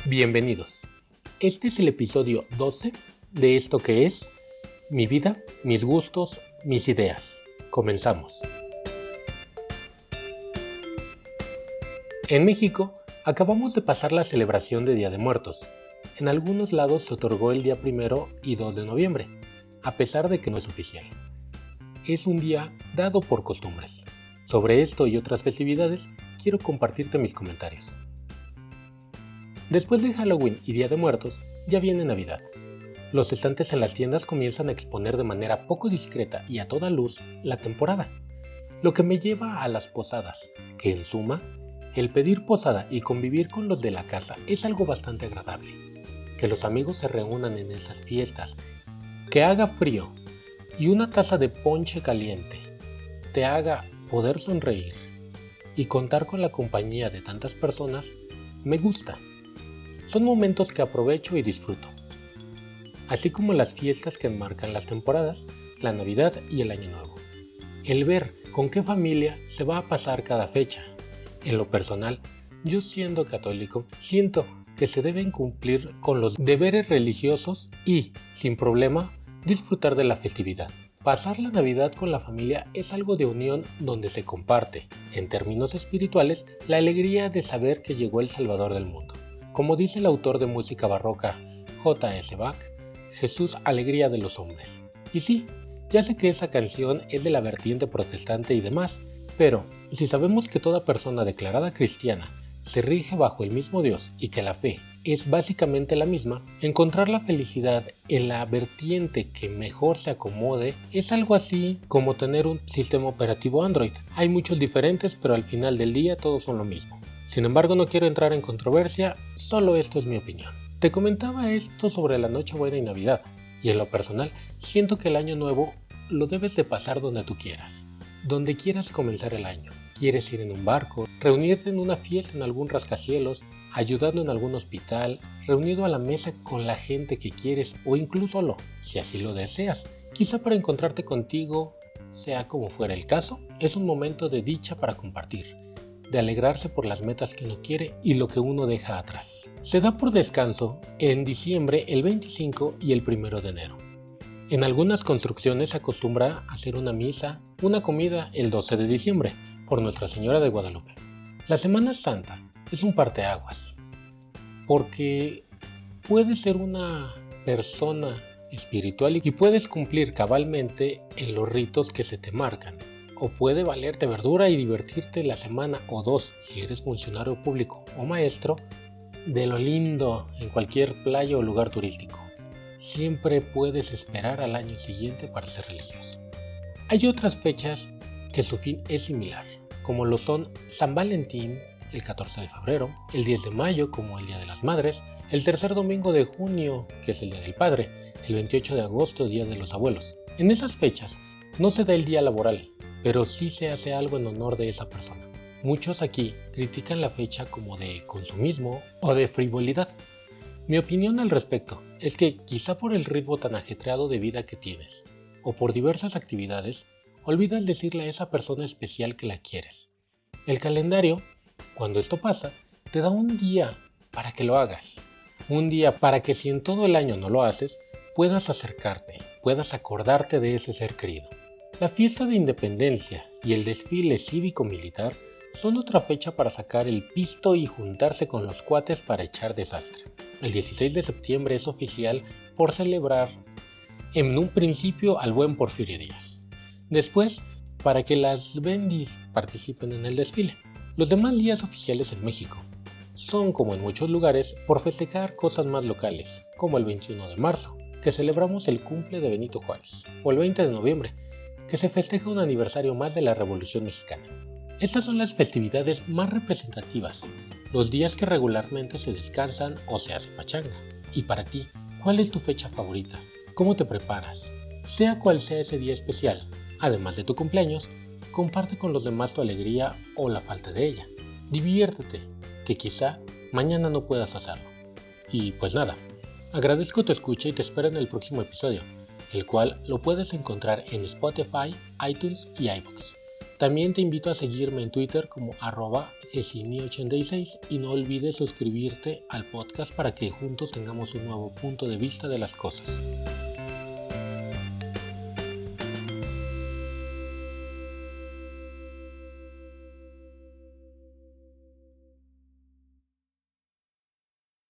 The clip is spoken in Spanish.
Bienvenidos. Este es el episodio 12 de esto que es Mi vida, mis gustos, mis ideas. Comenzamos. En México, acabamos de pasar la celebración de Día de Muertos. En algunos lados se otorgó el día 1 y 2 de noviembre, a pesar de que no es oficial. Es un día dado por costumbres. Sobre esto y otras festividades, quiero compartirte mis comentarios. Después de Halloween y Día de Muertos, ya viene Navidad. Los estantes en las tiendas comienzan a exponer de manera poco discreta y a toda luz la temporada, lo que me lleva a las posadas, que en suma, el pedir posada y convivir con los de la casa es algo bastante agradable. Que los amigos se reúnan en esas fiestas, que haga frío y una taza de ponche caliente te haga poder sonreír y contar con la compañía de tantas personas, me gusta. Son momentos que aprovecho y disfruto. Así como las fiestas que enmarcan las temporadas, la Navidad y el Año Nuevo. El ver con qué familia se va a pasar cada fecha. En lo personal, yo siendo católico, siento que se deben cumplir con los deberes religiosos y, sin problema, disfrutar de la festividad. Pasar la Navidad con la familia es algo de unión donde se comparte, en términos espirituales, la alegría de saber que llegó el Salvador del mundo. Como dice el autor de música barroca J.S. Bach, Jesús, alegría de los hombres. Y sí, ya sé que esa canción es de la vertiente protestante y demás, pero si sabemos que toda persona declarada cristiana se rige bajo el mismo Dios y que la fe es básicamente la misma, encontrar la felicidad en la vertiente que mejor se acomode es algo así como tener un sistema operativo Android. Hay muchos diferentes, pero al final del día todos son lo mismo. Sin embargo, no quiero entrar en controversia, solo esto es mi opinión. Te comentaba esto sobre la Nochebuena y Navidad, y en lo personal, siento que el Año Nuevo lo debes de pasar donde tú quieras, donde quieras comenzar el año. Quieres ir en un barco, reunirte en una fiesta en algún rascacielos, ayudando en algún hospital, reunido a la mesa con la gente que quieres o incluso solo, si así lo deseas. Quizá para encontrarte contigo, sea como fuera el caso, es un momento de dicha para compartir, de alegrarse por las metas que uno quiere y lo que uno deja atrás. Se da por descanso en diciembre el 25 y el 1 de enero. En algunas construcciones se acostumbra a hacer una misa, una comida el 12 de diciembre, por Nuestra Señora de Guadalupe. La Semana Santa es un parteaguas, porque puedes ser una persona espiritual y puedes cumplir cabalmente en los ritos que se te marcan. O puede valerte verdura y divertirte la semana o dos si eres funcionario público o maestro de lo lindo en cualquier playa o lugar turístico. Siempre puedes esperar al año siguiente para ser religioso. Hay otras fechas que su fin es similar, como lo son San Valentín, el 14 de febrero, el 10 de mayo como el Día de las Madres, el tercer domingo de junio, que es el Día del Padre, el 28 de agosto, Día de los Abuelos. En esas fechas no se da el día laboral, pero sí se hace algo en honor de esa persona. Muchos aquí critican la fecha como de consumismo o de frivolidad. Mi opinión al respecto es que quizá por el ritmo tan ajetreado de vida que tienes, o por diversas actividades, olvidas decirle a esa persona especial que la quieres. El calendario, cuando esto pasa, te da un día para que lo hagas. Un día para que si en todo el año no lo haces, puedas acercarte, puedas acordarte de ese ser querido. La fiesta de independencia y el desfile cívico-militar son otra fecha para sacar el pisto y juntarse con los cuates para echar desastre. El 16 de septiembre es oficial por celebrar en un principio al buen Porfirio Díaz. Después, para que las bendis participen en el desfile. Los demás días oficiales en México son, como en muchos lugares, por festejar cosas más locales, como el 21 de marzo, que celebramos el cumple de Benito Juárez, o el 20 de noviembre, que se festeja un aniversario más de la Revolución Mexicana. Estas son las festividades más representativas, los días que regularmente se descansan o se hace pachanga. Y para ti, ¿cuál es tu fecha favorita? ¿Cómo te preparas? Sea cual sea ese día especial, además de tu cumpleaños, comparte con los demás tu alegría o la falta de ella. Diviértete, que quizá mañana no puedas hacerlo. Y pues nada, agradezco tu escucha y te espero en el próximo episodio, el cual lo puedes encontrar en Spotify, iTunes y iVoox. También te invito a seguirme en Twitter como @gesini86 y no olvides suscribirte al podcast para que juntos tengamos un nuevo punto de vista de las cosas.